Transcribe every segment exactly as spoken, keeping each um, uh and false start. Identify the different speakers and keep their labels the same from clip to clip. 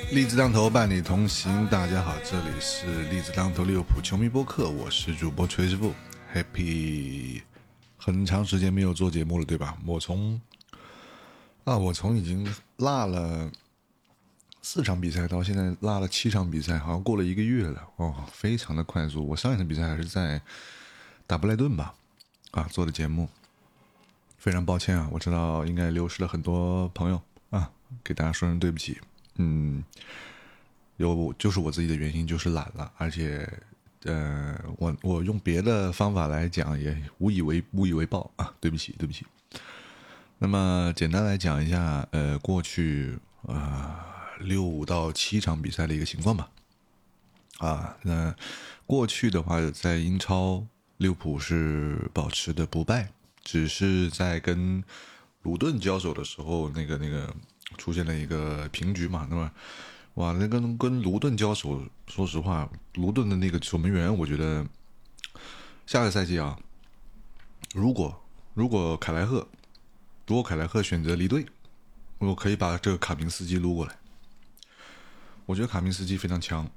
Speaker 1: 荔枝当头伴你同行，大家好，这里是荔枝当头利物浦球迷播客，我是主播锤师傅 Happy。很长时间没有做节目了，对吧？我从啊，我从已经落了四场比赛到现在落了七场比赛，好像过了一个月了哦，非常的快速。我上一场比赛还是在打布莱顿吧，啊，做的节目，非常抱歉啊，我知道应该流失了很多朋友啊，给大家说声对不起。嗯，有就是我自己的原因，就是懒了，而且，呃，我我用别的方法来讲也无以为无以为报啊，对不起对不起。那么简单来讲一下，呃，过去呃六到七场比赛的一个情况吧。啊，那过去的话，在英超，利物浦是保持的不败，只是在跟卢顿交手的时候，那个那个出现了一个平局嘛。那么，哇，那跟跟卢顿交手，说实话，卢顿的那个守门员，我觉得下个赛季啊，如果如果凯莱赫，如果凯莱赫选择离队，我可以把这个卡明斯基撸过来。我觉得卡明斯基非常强，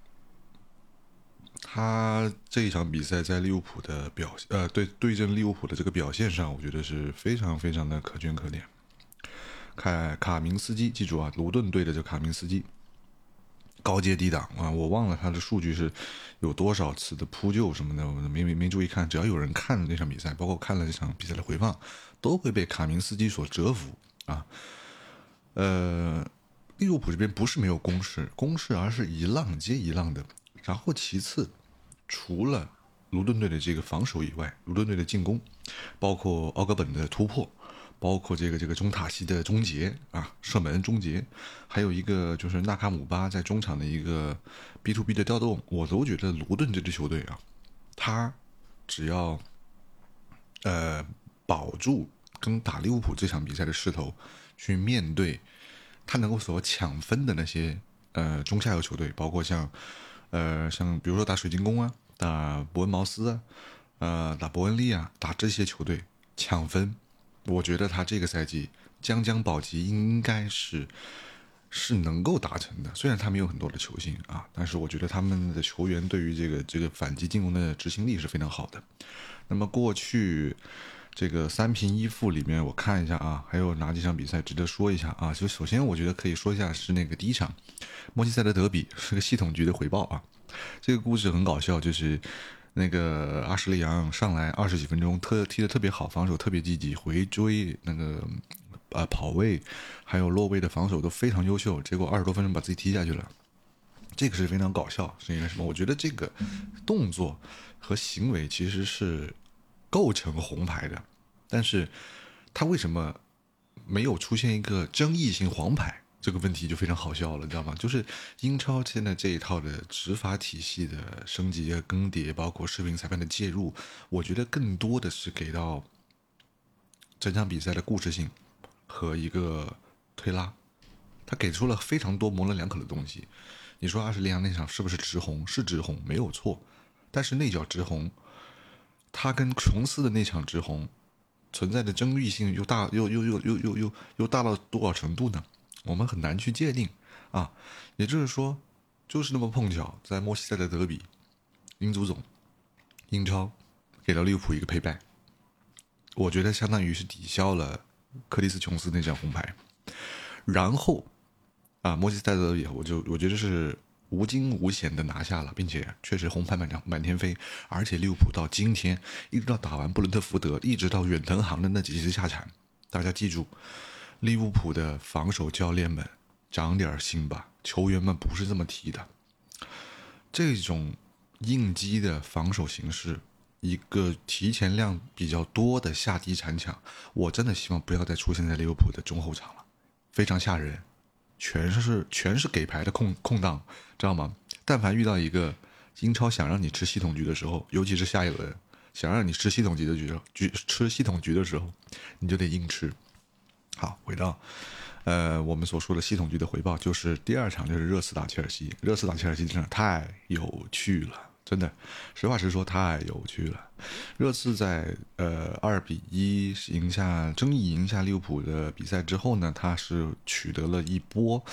Speaker 1: 他这一场比赛在利物浦的表呃对对阵利物浦的这个表现上，我觉得是非常非常的可圈可点。卡卡明斯基，记住啊，卢顿队的这卡明斯基，高阶低档啊，我忘了他的数据是有多少次的扑救什么的，我没没没注意看。只要有人看了那场比赛，包括看了这场比赛的回放，都会被卡明斯基所折服啊。呃，利物浦这边不是没有攻势，攻势而是一浪接一浪的。然后其次，除了卢顿队的这个防守以外，卢顿队的进攻，包括奥格本的突破，包括这个这个中塔西的终结啊，射门终结，还有一个就是纳卡姆巴在中场的一个 B to B 的调动，我都觉得卢顿这支球队啊，他只要呃保住跟打利物浦这场比赛的势头，去面对他能够所抢分的那些呃中下游球队，包括像呃像比如说打水晶宫啊，打伯恩茅斯啊，呃打伯恩利啊，打这些球队抢分，我觉得他这个赛季将将保级应该是是能够达成的。虽然他们有很多的球星啊，但是我觉得他们的球员对于这个这个反击进攻的执行力是非常好的。那么过去这个三平一负里面，我看一下啊，还有哪几场比赛值得说一下啊？就首先我觉得可以说一下是那个第一场莫西塞德德比，是个系统局的回报啊。这个故事很搞笑，就是那个阿什利杨上来二十几分钟，特踢得特别好，防守特别积极，回追那个呃跑位，还有落位的防守都非常优秀，结果二十多分钟把自己踢下去了。这个是非常搞笑，是因为什么？我觉得这个动作和行为其实是构成红牌的，但是他为什么没有出现一个争议性黄牌？这个问题就非常好笑了，你知道吗？就是英超现在这一套的执法体系的升级和更迭，包括视频裁判的介入，我觉得更多的是给到整场比赛的故事性和一个推拉，他给出了非常多模棱两可的东西。你说阿什利杨那场是不是直红？是直红，没有错。但是内角直红，他跟琼斯的那场直红存在的争议性又大，又又又又又又又大到多少程度呢？我们很难去界定啊。也就是说，就是那么碰巧，在莫西塞德德比，英足总、英超给了利物浦一个赔败，我觉得相当于是抵消了克里斯琼斯那张红牌，然后。啊，莫西塞德也，我就我觉得是无惊无险的拿下了，并且确实红牌满满天飞，而且利物浦到今天一直到打完布伦特福德，一直到远藤航的那几次下场，大家记住，利物浦的防守教练们长点心吧，球员们不是这么踢的，这种应激的防守形式，一个提前量比较多的下低铲抢，我真的希望不要再出现在利物浦的中后场了，非常吓人。全是全是给牌的空空档，知道吗？但凡遇到一个英超想让你吃系统局的时候，尤其是下一轮想让你吃系统局的局局吃系统局的时候，你就得硬吃。好，回到呃我们所说的系统局的回报，就是第二场就是热刺打切尔西，热刺打切尔西真的太有趣了。真的，实话实说太有趣了。热刺在呃二比一赢下争议赢下利物浦的比赛之后呢，他是取得了一波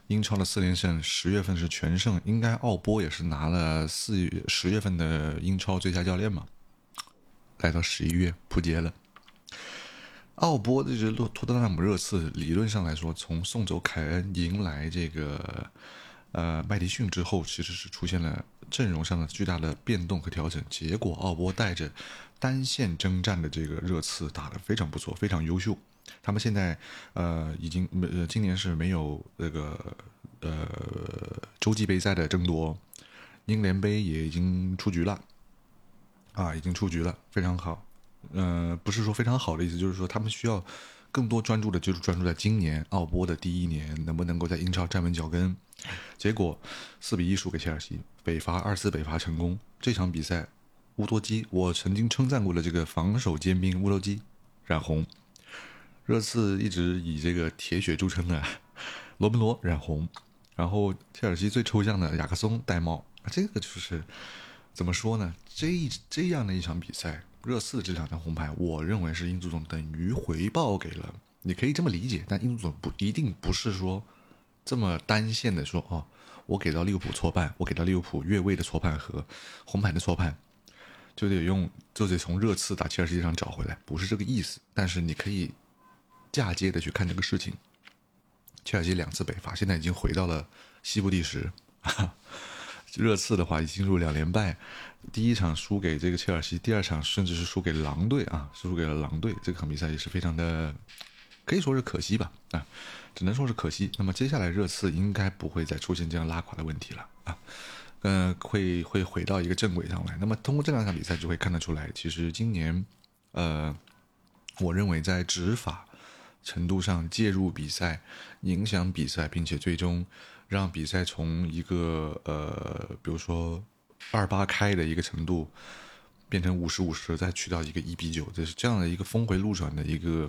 Speaker 1: 英超的四连胜，十月份是全胜，应该奥波也是拿了四月十月份的英超最佳教练嘛。来到十一月扑街了。奥波这支托特纳姆热刺，理论上来说，从送走凯恩，迎来这个呃麦迪逊之后，其实是出现了阵容上的巨大的变动和调整。结果奥波带着单线征战的这个热刺打得非常不错，非常优秀。他们现在呃已经呃今年是没有那个呃洲际杯赛的争夺，英联杯也已经出局了，啊，已经出局了，非常好。呃，不是说非常好的意思，就是说他们需要更多专注的，就是专注在今年奥波的第一年能不能够在英超站稳脚跟。结果四比一输给切尔西，北伐二次北伐成功。这场比赛，乌多基，我曾经称赞过的这个防守尖兵乌多基染红，热刺一直以这个铁血著称的罗门罗染红，然后切尔西最抽象的雅克松戴帽，这个就是怎么说呢？这这样的一场比赛。热刺这两张红牌，我认为是英足总等于回报给了，你可以这么理解，但英足总不一定不是说这么单线的说哦，我给到利物浦错判，我给到利物浦越位的错判和红牌的错判，就得用就得从热刺打切尔西上找回来，不是这个意思。但是你可以嫁接的去看这个事情，切尔西两次北伐，现在已经回到了西部第十。热刺的话已经入两连败，第一场输给这个切尔西，第二场甚至是输给狼队啊，输给了狼队。这场比赛也是非常的，可以说是可惜吧啊，只能说是可惜。那么接下来热刺应该不会再出现这样拉垮的问题了啊，嗯、呃，会会回到一个正轨上来。那么通过这两场比赛就会看得出来，其实今年，呃，我认为在执法程度上介入比赛、影响比赛，并且最终让比赛从一个呃，比如说二八开的一个程度，变成五十五十，再去到一个一比九，这是这样的一个峰回路转的一个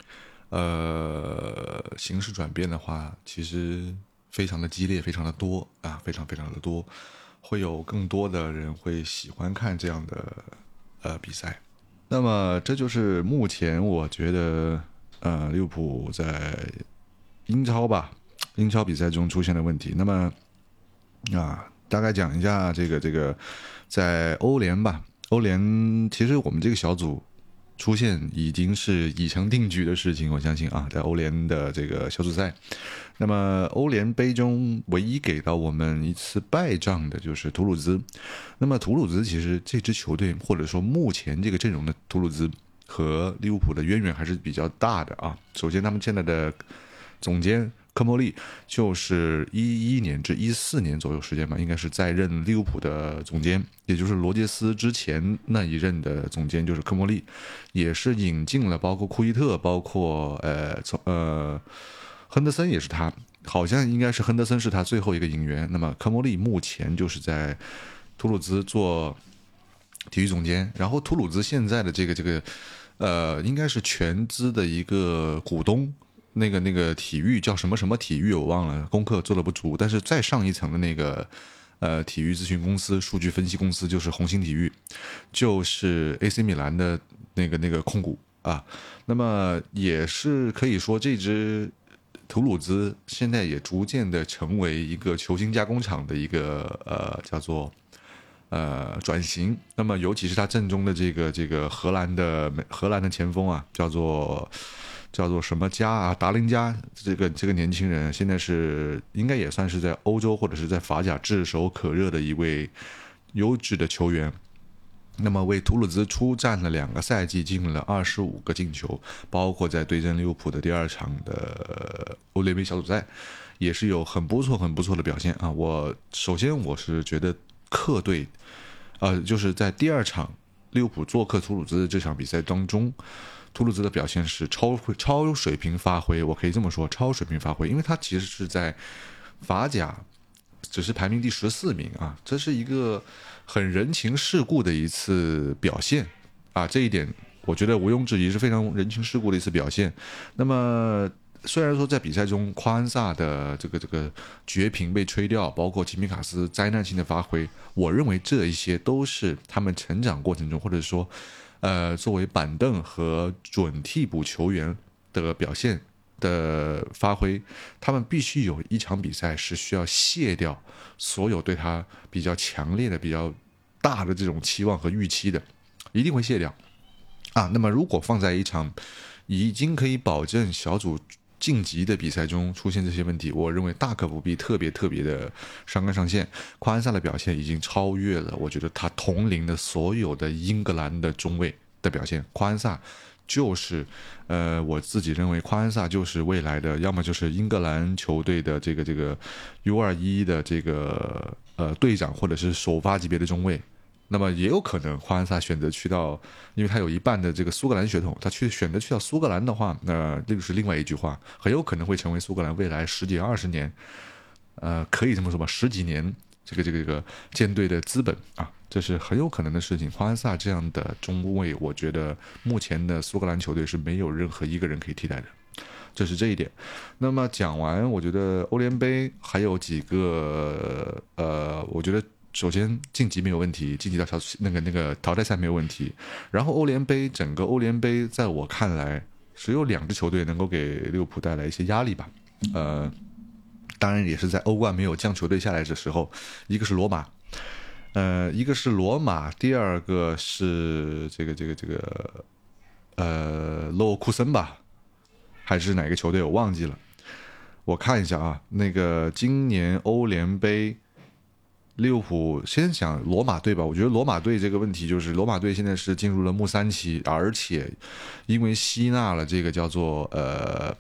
Speaker 1: 呃形势转变的话，其实非常的激烈，非常的多啊，非常非常的多，会有更多的人会喜欢看这样的呃比赛。那么这就是目前我觉得呃利物浦在英超吧。英超比赛中出现的问题，那么啊，大概讲一下这个这个在欧联吧。欧联其实我们这个小组出现已经是已成定局的事情，我相信啊，在欧联的这个小组赛，那么欧联杯中唯一给到我们一次败仗的就是图鲁兹。那么图鲁兹其实这支球队或者说目前这个阵容的图鲁兹和利物浦的渊源还是比较大的啊。首先他们现在的总监科莫利就是一一年至一四年左右时间吧，应该是在任利物浦的总监，也就是罗杰斯之前那一任的总监就是科莫利，也是引进了包括库伊特，包括呃从呃亨德森也是他，好像应该是亨德森是他最后一个引援。那么科莫利目前就是在图鲁兹做体育总监，然后图鲁兹现在的这个这个呃应该是全资的一个股东。那个那个体育叫什么什么体育我忘了，功课做的不足。但是再上一层的那个呃体育咨询公司、数据分析公司就是红星体育，就是 A C 米兰的那个那个控股啊。那么也是可以说，这支图鲁兹现在也逐渐的成为一个球星加工厂的一个呃叫做呃转型。那么尤其是他阵中的这个这个荷兰的荷兰的前锋啊，叫做。叫做什么加啊，达林加这个这个年轻人，现在是应该也算是在欧洲或者是在法甲炙手可热的一位优质的球员。那么为图鲁兹出战了两个赛季，进了二十五个进球，包括在对阵利物浦的第二场的欧联杯小组赛，也是有很不错很不错的表现啊。我首先我是觉得客队，呃，就是在第二场利物浦做客图鲁兹这场比赛当中。图鲁兹的表现是超超水平发挥，我可以这么说，超水平发挥，因为他其实是在法甲只是排名第十四名啊，这是一个很人情世故的一次表现啊，这一点我觉得毋庸置疑是非常人情世故的一次表现。那么虽然说在比赛中夸恩萨的这个这个绝平被吹掉，包括齐米卡斯灾难性的发挥，我认为这一些都是他们成长过程中或者说呃，作为板凳和准替补球员的表现的发挥，他们必须有一场比赛是需要卸掉所有对他比较强烈的、比较大的这种期望和预期的，一定会卸掉啊。那么如果放在一场已经可以保证小组晋级的比赛中出现这些问题，我认为大可不必特别特别的上纲上线。夸恩萨的表现已经超越了我觉得他同龄的所有的英格兰的中卫的表现。夸恩萨就是呃，我自己认为夸恩萨就是未来的，要么就是英格兰球队的这个这个 U 二十一 的这个呃队长，或者是首发级别的中卫。那么也有可能夸恩萨选择去到，因为他有一半的这个苏格兰血统，他去选择去到苏格兰的话，那这个是另外一句话，很有可能会成为苏格兰未来十几二十年，呃，可以这么说吧，十几年这个这个这个舰队的资本啊，这是很有可能的事情。夸恩萨这样的中卫，我觉得目前的苏格兰球队是没有任何一个人可以替代的，这是这一点。那么讲完，我觉得欧联杯还有几个呃，我觉得。首先晋级没有问题，晋级到小那个那个淘汰赛没有问题。然后欧联杯，整个欧联杯在我看来，只有两支球队能够给利物浦带来一些压力吧。呃，当然也是在欧冠没有降球队下来的时候，一个是罗马，呃，一个是罗马，第二个是这个这个这个呃勒沃库森吧，还是哪个球队我忘记了。我看一下啊，那个今年欧联杯。利物浦先讲罗马队吧，我觉得罗马队这个问题就是罗马队现在是进入了穆三期，而且因为吸纳了这个叫做呃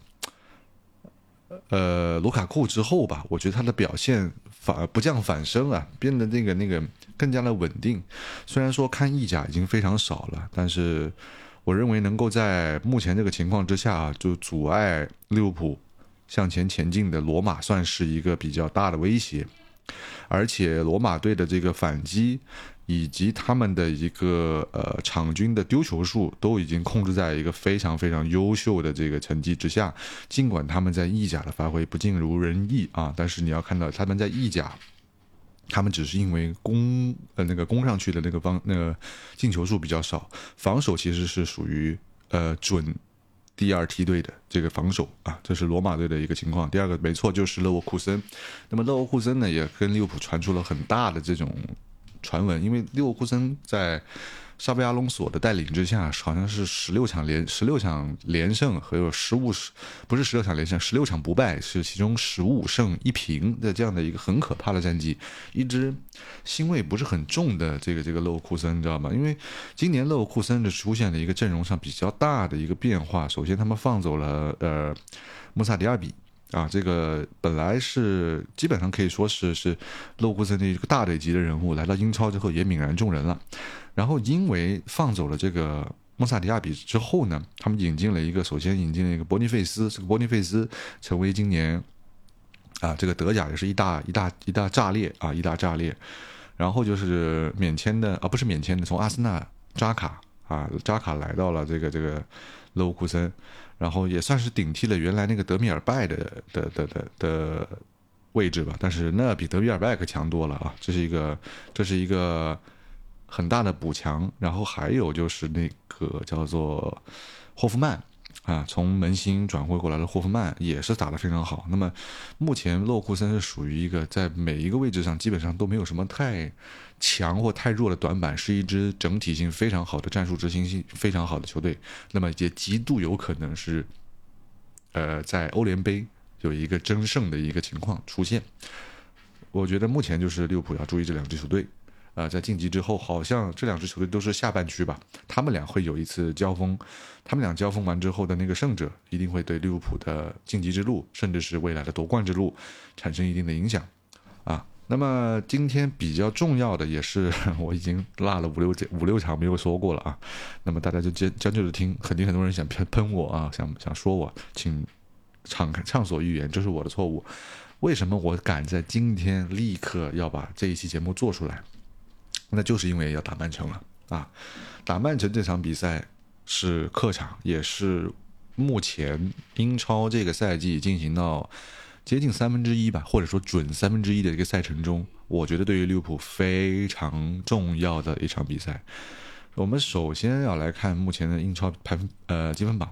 Speaker 1: 呃卢卡库之后吧，我觉得他的表现反而不降反升啊，变得那个那个更加的稳定。虽然说看意甲已经非常少了，但是我认为能够在目前这个情况之下啊，就阻碍利物浦向前前进的罗马算是一个比较大的威胁。而且罗马队的这个反击以及他们的一个呃场均的丢球数都已经控制在一个非常非常优秀的这个成绩之下，尽管他们在意甲的发挥不尽如人意啊，但是你要看到他们在意甲，他们只是因为攻呃那个攻上去的那个方那个进球数比较少，防守其实是属于呃准第二梯队的这个防守啊，这是罗马队的一个情况。第二个没错就是勒沃库森，那么勒沃库森呢也跟利物浦传出了很大的这种传闻，因为利沃库森在沙贝阿隆索的带领之下，好像是十六场连十六场连胜，和有十五不是十六场连胜，十六场不败，是其中十五胜一平的这样的一个很可怕的战绩。一支腥味不是很重的这个这个勒沃库森，你知道吗？因为今年勒沃库森就出现了一个阵容上比较大的一个变化。首先，他们放走了呃穆萨迪亚比。啊，这个本来是基本上可以说是是勒沃库森的一个大队级的人物，来到英超之后也泯然众人了。然后因为放走了这个穆萨迪亚比之后呢，他们引进了一个，首先引进了一个伯尼费斯，这个伯尼费斯成为今年啊这个德甲也是一大一大一大炸裂啊一大炸裂。然后就是免签的啊不是免签的，从阿森纳扎卡啊扎卡来到了这个这个勒沃库森。然后也算是顶替了原来那个德米尔拜的的的的的位置吧，但是那比德米尔拜可强多了啊！这是一个这是一个很大的补强。然后还有就是那个叫做霍夫曼啊，从门兴转会过来的霍夫曼也是打得非常好。那么目前勒沃库森是属于一个在每一个位置上基本上都没有什么太强或太弱的短板，是一支整体性非常好的战术执行性非常好的球队。那么也极度有可能是呃在欧联杯有一个争胜的一个情况出现。我觉得目前就是利物浦要注意这两支球队。呃，在晋级之后，好像这两支球队都是下半区吧，他们俩会有一次交锋，他们俩交锋完之后的那个胜者，一定会对利物浦的晋级之路，甚至是未来的夺冠之路，产生一定的影响，啊。那么今天比较重要的也是我已经落了五六五六场没有说过了啊，那么大家就将将就着听，肯定很多人想喷喷我啊，想想说我，请畅畅所欲言，这是我的错误。为什么我敢在今天立刻要把这一期节目做出来？那就是因为要打曼城了啊！打曼城这场比赛是客场，也是目前英超这个赛季进行到接近三分之一吧，或者说准三分之一的一个赛程中，我觉得对于利物浦非常重要的一场比赛。我们首先要来看目前的英超排呃积分榜，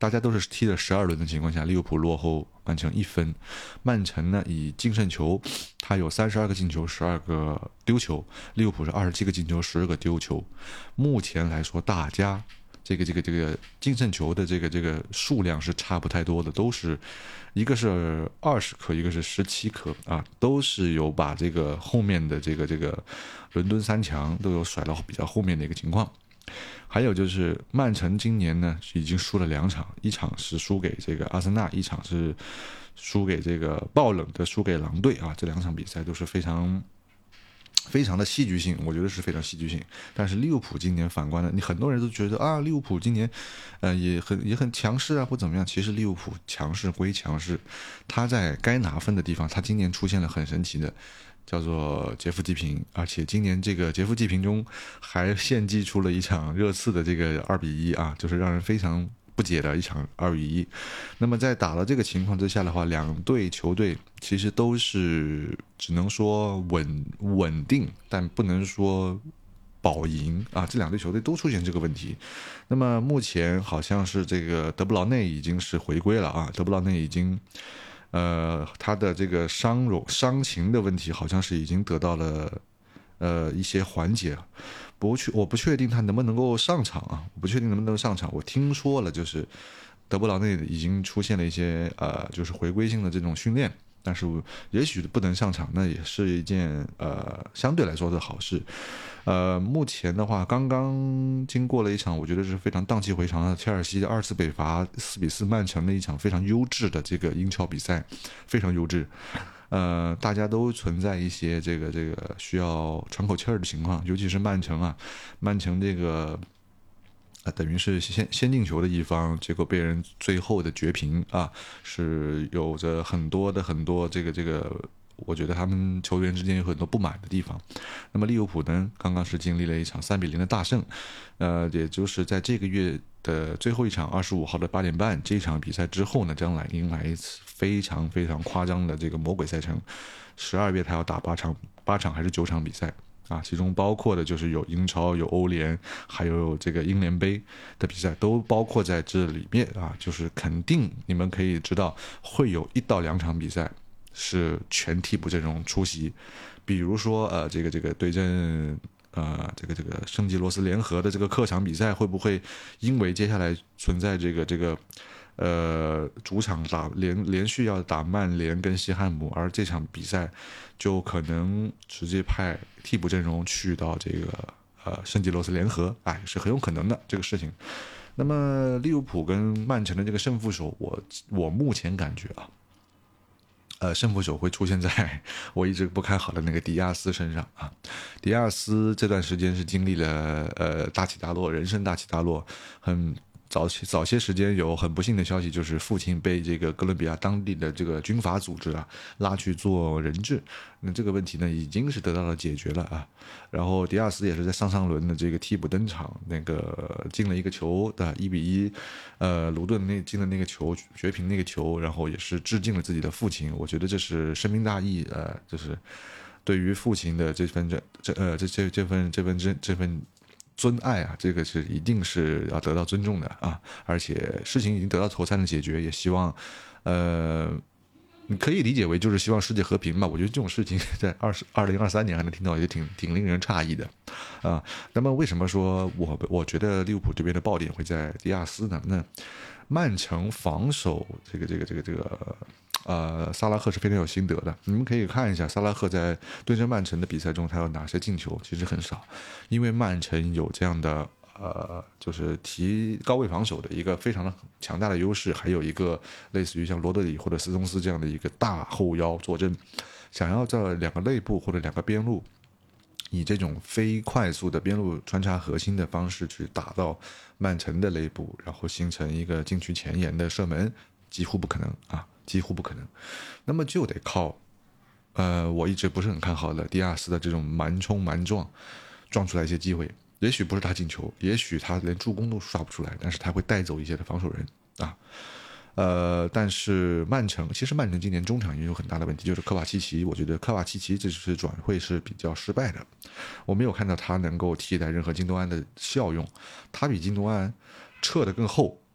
Speaker 1: 大家都是踢了十二轮的情况下，利物浦落后曼城一分。曼城呢以净胜球，他有三十二个进球，十二个丢球；利物浦是二十七个进球，十二个丢球。目前来说，大家这个这个这个净胜球的这个这个数量是差不太多的，都是一个是二十颗，一个是十七颗啊，都是有把这个后面的这个这个伦敦三强都有甩到比较后面的一个情况。还有就是曼城今年呢已经输了两场，一场是输给这个阿森纳，一场是输给这个爆冷的输给狼队啊，这两场比赛都是非常非常的戏剧性，我觉得是非常戏剧性。但是利物浦今年反观呢，你很多人都觉得啊，利物浦今年呃也很也很强势啊，或怎么样。其实利物浦强势归强势，他在该拿分的地方，他今年出现了很神奇的叫做杰夫季平，而且今年这个杰夫季平中还献祭出了一场热刺的这个二比一啊，就是让人非常不解的一场二比一。那么在打了这个情况之下的话，两队球队其实都是只能说稳稳定，但不能说保赢啊，这两队球队都出现这个问题。那么目前好像是这个德布劳内已经是回归了啊，德布劳内已经呃他的这个伤容伤情的问题好像是已经得到了呃一些缓解。不去我不确定他能不能够上场啊，我不确定能不能上场。我听说了，就是德布劳内已经出现了一些呃就是回归性的这种训练，但是也许不能上场，那也是一件呃相对来说的好事。呃，目前的话，刚刚经过了一场我觉得是非常荡气回肠的切尔西二次北伐四比四曼城的一场非常优质的这个英超比赛，非常优质。呃，大家都存在一些这个这个需要喘口气儿的情况，尤其是曼城啊，曼城这个。啊，等于是先先进球的一方，结果被人最后的绝平啊，是有着很多的很多这个这个，我觉得他们球员之间有很多不满的地方。那么利物浦呢，刚刚是经历了一场三比零的大胜，呃，也就是在这个月的最后一场二十五号的八点半这场比赛之后呢，将来迎来一次非常非常夸张的这个魔鬼赛程，十二月他要打八场八场还是九场比赛。啊，其中包括的就是有英超、有欧联，还有这个英联杯的比赛，都包括在这里面啊。就是肯定你们可以知道，会有一到两场比赛是全替补阵容出席，比如说呃，这个这个对阵呃这个这个圣吉罗斯联合的这个客场比赛，会不会因为接下来存在这个这个。呃，主场打连连续要打曼联跟西汉姆，而这场比赛就可能直接派替补阵容去到这个呃圣吉罗斯联合，哎，是很有可能的这个事情。那么利物浦跟曼城的这个胜负手，我我目前感觉啊，呃，胜负手会出现在我一直不看好的那个迪亚斯身上啊。迪亚斯这段时间是经历了呃大起大落，人生大起大落，很。早期早些时间有很不幸的消息，就是父亲被这个哥伦比亚当地的这个军阀组织啊拉去做人质，那这个问题呢已经是得到了解决了啊。然后迪亚斯也是在上上轮的这个替补登场，那个进了一个球的一比一，呃，卢顿那进了那个球绝平那个球，然后也是致敬了自己的父亲，我觉得这是深明大义，呃，就是对于父亲的这份这这呃这这这份这份这这份。尊爱啊，这个是一定是要得到尊重的啊！而且事情已经得到妥善的解决，也希望，呃，你可以理解为就是希望世界和平嘛。我觉得这种事情在二十二零二三年还能听到，也挺挺令人诧异的啊。那么为什么说我我觉得利物浦这边的爆点会在迪亚斯呢？那曼城防守这个这个这个这个。呃，萨拉赫是非常有心得的。你们可以看一下萨拉赫在对阵曼城的比赛中，他有哪些进球？其实很少，因为曼城有这样的呃，就是提高位防守的一个非常的强大的优势，还有一个类似于像罗德里或者斯通斯这样的一个大后腰坐镇，想要在两个内部或者两个边路，以这种非快速的边路穿插核心的方式去打到曼城的内部，然后形成一个禁区前沿的射门，几乎不可能啊。几乎不可能，那么就得靠，呃，我一直不是很看好的迪亚斯的这种蛮冲蛮撞，撞出来一些机会。也许不是他进球，也许他连助攻都刷不出来，但是他会带走一些的防守人啊。呃，但是曼城其实曼城今年中场也有很大的问题，就是科瓦契奇。我觉得科瓦契奇这次转会是比较失败的，我没有看到他能够替代任何京多安的效用，他比京多安撤得更厚。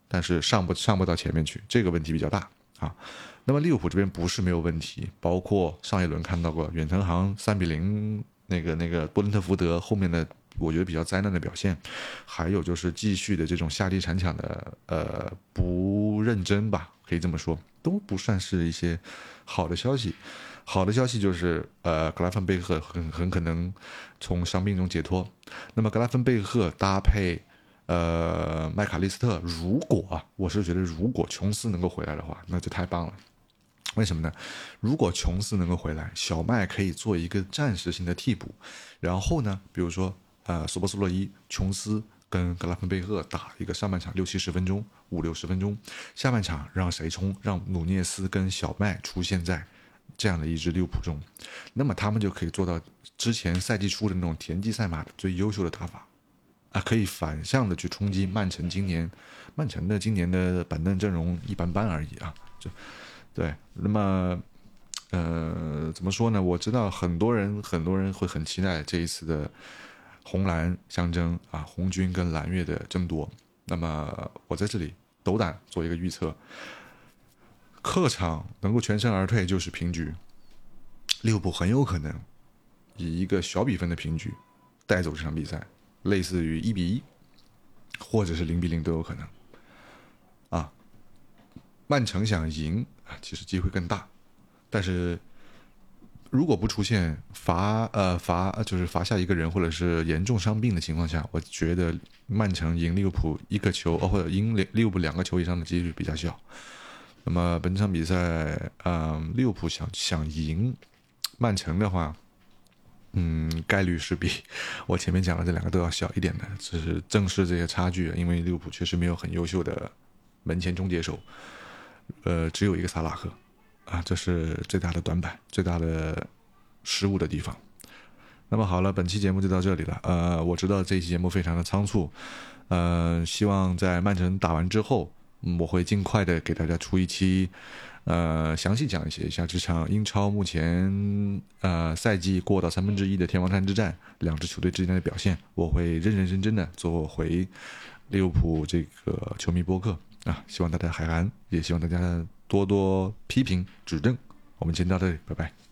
Speaker 1: 但是上不上不到前面去，这个问题比较大啊。那么利物浦这边不是没有问题，包括上一轮看到过远藤航三比零那个那个波伦特福德后面的我觉得比较灾难的表现，还有就是继续的这种下地铲抢的呃不认真吧，可以这么说，都不算是一些好的消息。好的消息就是呃格拉芬贝赫很很可能从伤病中解脱。那么格拉芬贝赫搭配呃麦卡利斯特，如果啊我是觉得如果琼斯能够回来的话，那就太棒了。为什么呢？如果琼斯能够回来，小麦可以做一个暂时性的替补，然后呢，比如说呃索波斯洛伊、琼斯跟格拉芬贝赫打一个上半场六七十分钟、五六十分钟，下半场让谁冲？让努涅斯跟小麦出现在这样的一支利物浦中，那么他们就可以做到之前赛季初的那种田忌赛马的最优秀的打法啊，可以反向的去冲击曼城今年，曼城的今年的板凳阵容一般般而已啊，就。对，那么，呃，怎么说呢？我知道很多人很多人会很期待这一次的红蓝相争啊，红军跟蓝月的争夺。那么我在这里斗胆做一个预测，客场能够全身而退就是平局，利物浦很有可能以一个小比分的平局带走这场比赛，类似于一比一，或者是零比零都有可能。啊，曼城想赢。其实机会更大，但是如果不出现罚呃罚就是罚下一个人或者是严重伤病的情况下，我觉得曼城赢利物浦一个球，哦或者赢利物浦两个球以上的几率比较小。那么本场比赛，嗯，利物浦想想赢曼城的话，嗯，概率是比我前面讲的这两个都要小一点的，只是正视这些差距，因为利物浦确实没有很优秀的门前终结手。呃，只有一个萨拉赫，啊，这是最大的短板，最大的失误的地方。那么好了，本期节目就到这里了。呃，我知道这期节目非常的仓促，呃，希望在曼城打完之后，嗯、我会尽快的给大家出一期，呃，详细讲一些一下这场英超目前呃赛季过到三分之一的天王山之战，两支球队之间的表现，我会认认真真的做回利物浦这个球迷播客。啊，希望大家海涵，也希望大家多多批评指正。我们先到这里，拜拜。